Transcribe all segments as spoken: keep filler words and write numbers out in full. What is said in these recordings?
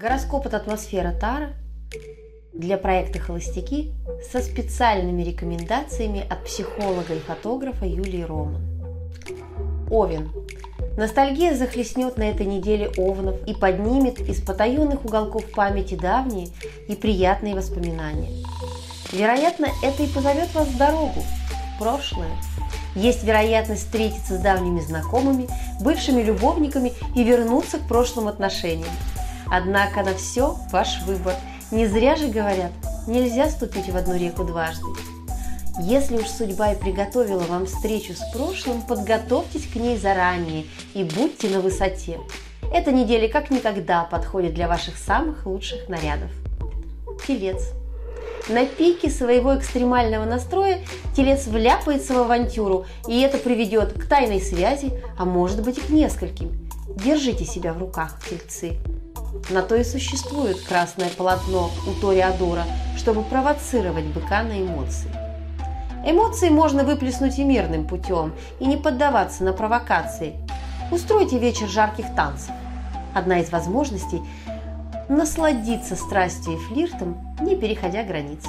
Гороскоп от Атмосфера Таро для проекта «Холостяки» со специальными рекомендациями от психолога и фотографа Юлии Роман. Овен. Ностальгия захлестнет на этой неделе овнов и поднимет из потаенных уголков памяти давние и приятные воспоминания. Вероятно, это и позовет вас в дорогу, в прошлое. Есть вероятность встретиться с давними знакомыми, бывшими любовниками и вернуться к прошлым отношениям. Однако на все ваш выбор. Не зря же говорят, нельзя ступить в одну реку дважды. Если уж судьба и приготовила вам встречу с прошлым, подготовьтесь к ней заранее и будьте на высоте. Эта неделя как никогда подходит для ваших самых лучших нарядов. Телец. На пике своего экстремального настроя Телец вляпается в авантюру, и это приведет к тайной связи, а может быть и к нескольким. Держите себя в руках, тельцы. На то и существует красное полотно у Тореадора, чтобы провоцировать быка на эмоции. Эмоции можно выплеснуть и мирным путем, и не поддаваться на провокации. Устройте вечер жарких танцев. Одна из возможностей – насладиться страстью и флиртом, не переходя границ.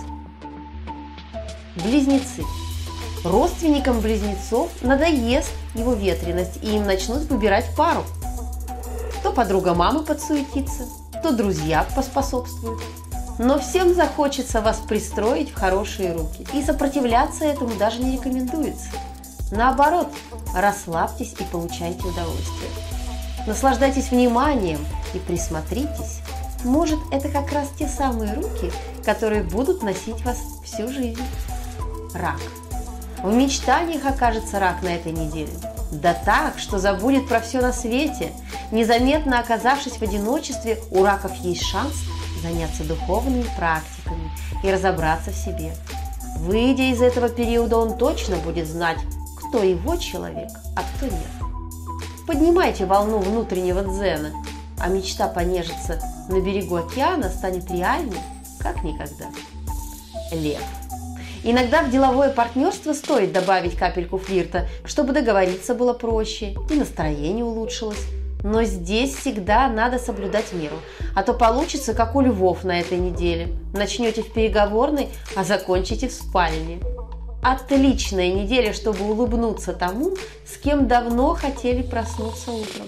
Близнецы. Родственникам близнецов надоест его ветреность, и им начнут выбирать пару. То подруга мамы подсуетится, то друзья поспособствуют. Но всем захочется вас пристроить в хорошие руки, и сопротивляться этому даже не рекомендуется. Наоборот, расслабьтесь и получайте удовольствие. Наслаждайтесь вниманием и присмотритесь. Может, это как раз те самые руки, которые будут носить вас всю жизнь. Рак. В мечтаниях окажется рак на этой неделе. Да так, что забудет про все на свете. Незаметно оказавшись в одиночестве, у раков есть шанс заняться духовными практиками и разобраться в себе. Выйдя из этого периода, он точно будет знать, кто его человек, а кто нет. Поднимайте волну внутреннего дзена, а мечта понежиться на берегу океана станет реальной, как никогда. Лев. Иногда в деловое партнерство стоит добавить капельку флирта, чтобы договориться было проще и настроение улучшилось. Но здесь всегда надо соблюдать меру, а то получится, как у львов на этой неделе. Начнете в переговорной, а закончите в спальне. Отличная неделя, чтобы улыбнуться тому, с кем давно хотели проснуться утром.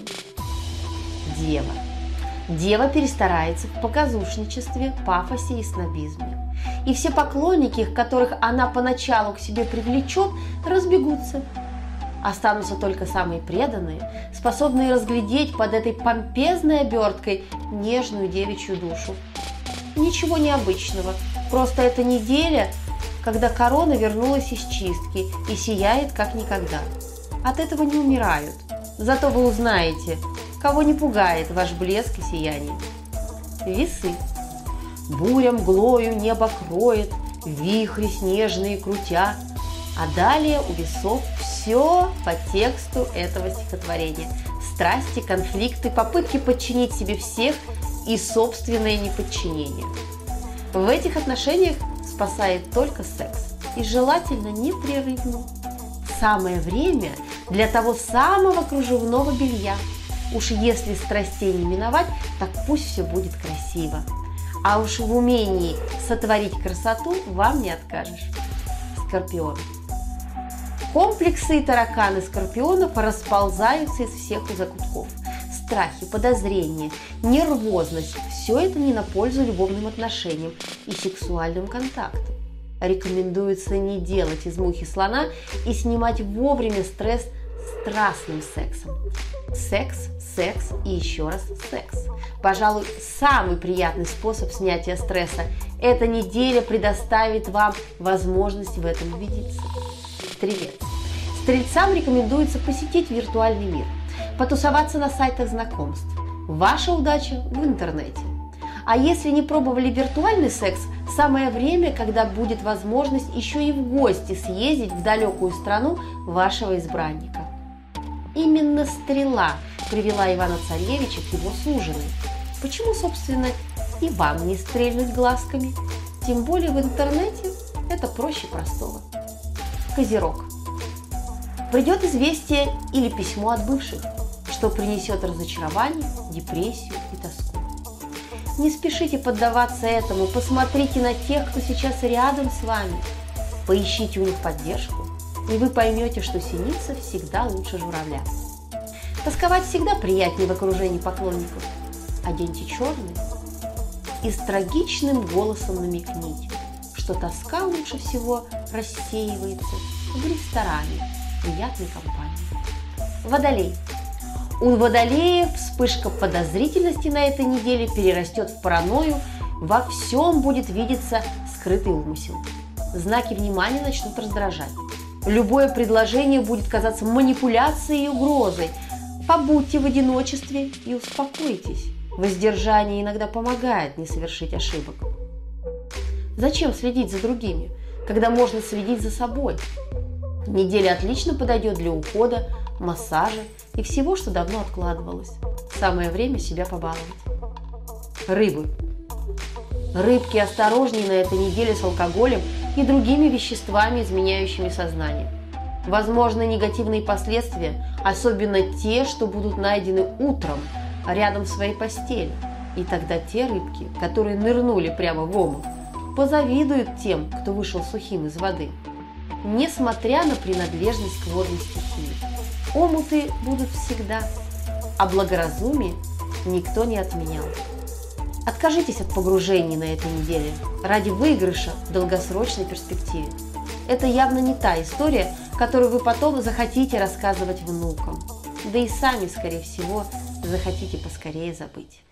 Дева. Дева перестарается в показушничестве, пафосе и снобизме. И все поклонники, которых она поначалу к себе привлечет, разбегутся. Останутся только самые преданные, способные разглядеть под этой помпезной оберткой нежную девичью душу. Ничего необычного, просто эта неделя, когда корона вернулась из чистки и сияет как никогда. От этого не умирают, зато вы узнаете, кого не пугает ваш блеск и сияние. Весы. Буря мглою небо кроет, вихри снежные крутя. А далее у весов все по тексту этого стихотворения. Страсти, конфликты, попытки подчинить себе всех и собственное неподчинение. В этих отношениях спасает только секс. И желательно непрерывно. Самое время для того самого кружевного белья. Уж если страстей не миновать, так пусть все будет красиво. А уж в умении сотворить красоту вам не откажешь. Скорпион. Комплексы и тараканы скорпионов расползаются из всех закутков. Страхи, подозрения, нервозность – все это не на пользу любовным отношениям и сексуальным контактам. Рекомендуется не делать из мухи слона и снимать вовремя стресс страстным сексом. Секс, секс и еще раз секс. Пожалуй, самый приятный способ снятия стресса. Эта неделя предоставит вам возможность в этом убедиться. Стрелец. Стрельцам рекомендуется посетить виртуальный мир, потусоваться на сайтах знакомств. Ваша удача в интернете. А если не пробовали виртуальный секс, самое время, когда будет возможность еще и в гости съездить в далекую страну вашего избранника. Именно стрела привела Ивана-Царевича к его суженой. Почему, собственно, и вам не стрельнуть глазками? Тем более в интернете это проще простого. Козерог. Придет известие или письмо от бывших, что принесет разочарование, депрессию и тоску. Не спешите поддаваться этому, посмотрите на тех, кто сейчас рядом с вами. Поищите у них поддержку, и вы поймете, что синица всегда лучше журавля. Тосковать всегда приятнее в окружении поклонников. Оденьте черный и с трагичным голосом намекните, что тоска лучше всего рассеивается в ресторане приятной компании. Водолей. У водолеев вспышка подозрительности на этой неделе перерастет в паранойю, во всем будет видеться скрытый умысел. Знаки внимания начнут раздражать. Любое предложение будет казаться манипуляцией и угрозой. Побудьте в одиночестве и успокойтесь. Воздержание иногда помогает не совершить ошибок. Зачем следить за другими, когда можно следить за собой? Неделя отлично подойдет для ухода, массажа и всего, что давно откладывалось. Самое время себя побаловать. Рыбы. Рыбки, осторожнее на этой неделе с алкоголем и другими веществами, изменяющими сознание. Возможны негативные последствия, особенно те, что будут найдены утром рядом в своей постели. И тогда те рыбки, которые нырнули прямо в омут, позавидуют тем, кто вышел сухим из воды. Несмотря на принадлежность к водной стихии, омуты будут всегда, а благоразумие никто не отменял. Откажитесь от погружений на этой неделе ради выигрыша в долгосрочной перспективе. Это явно не та история, которую вы потом захотите рассказывать внукам. Да и сами, скорее всего, захотите поскорее забыть.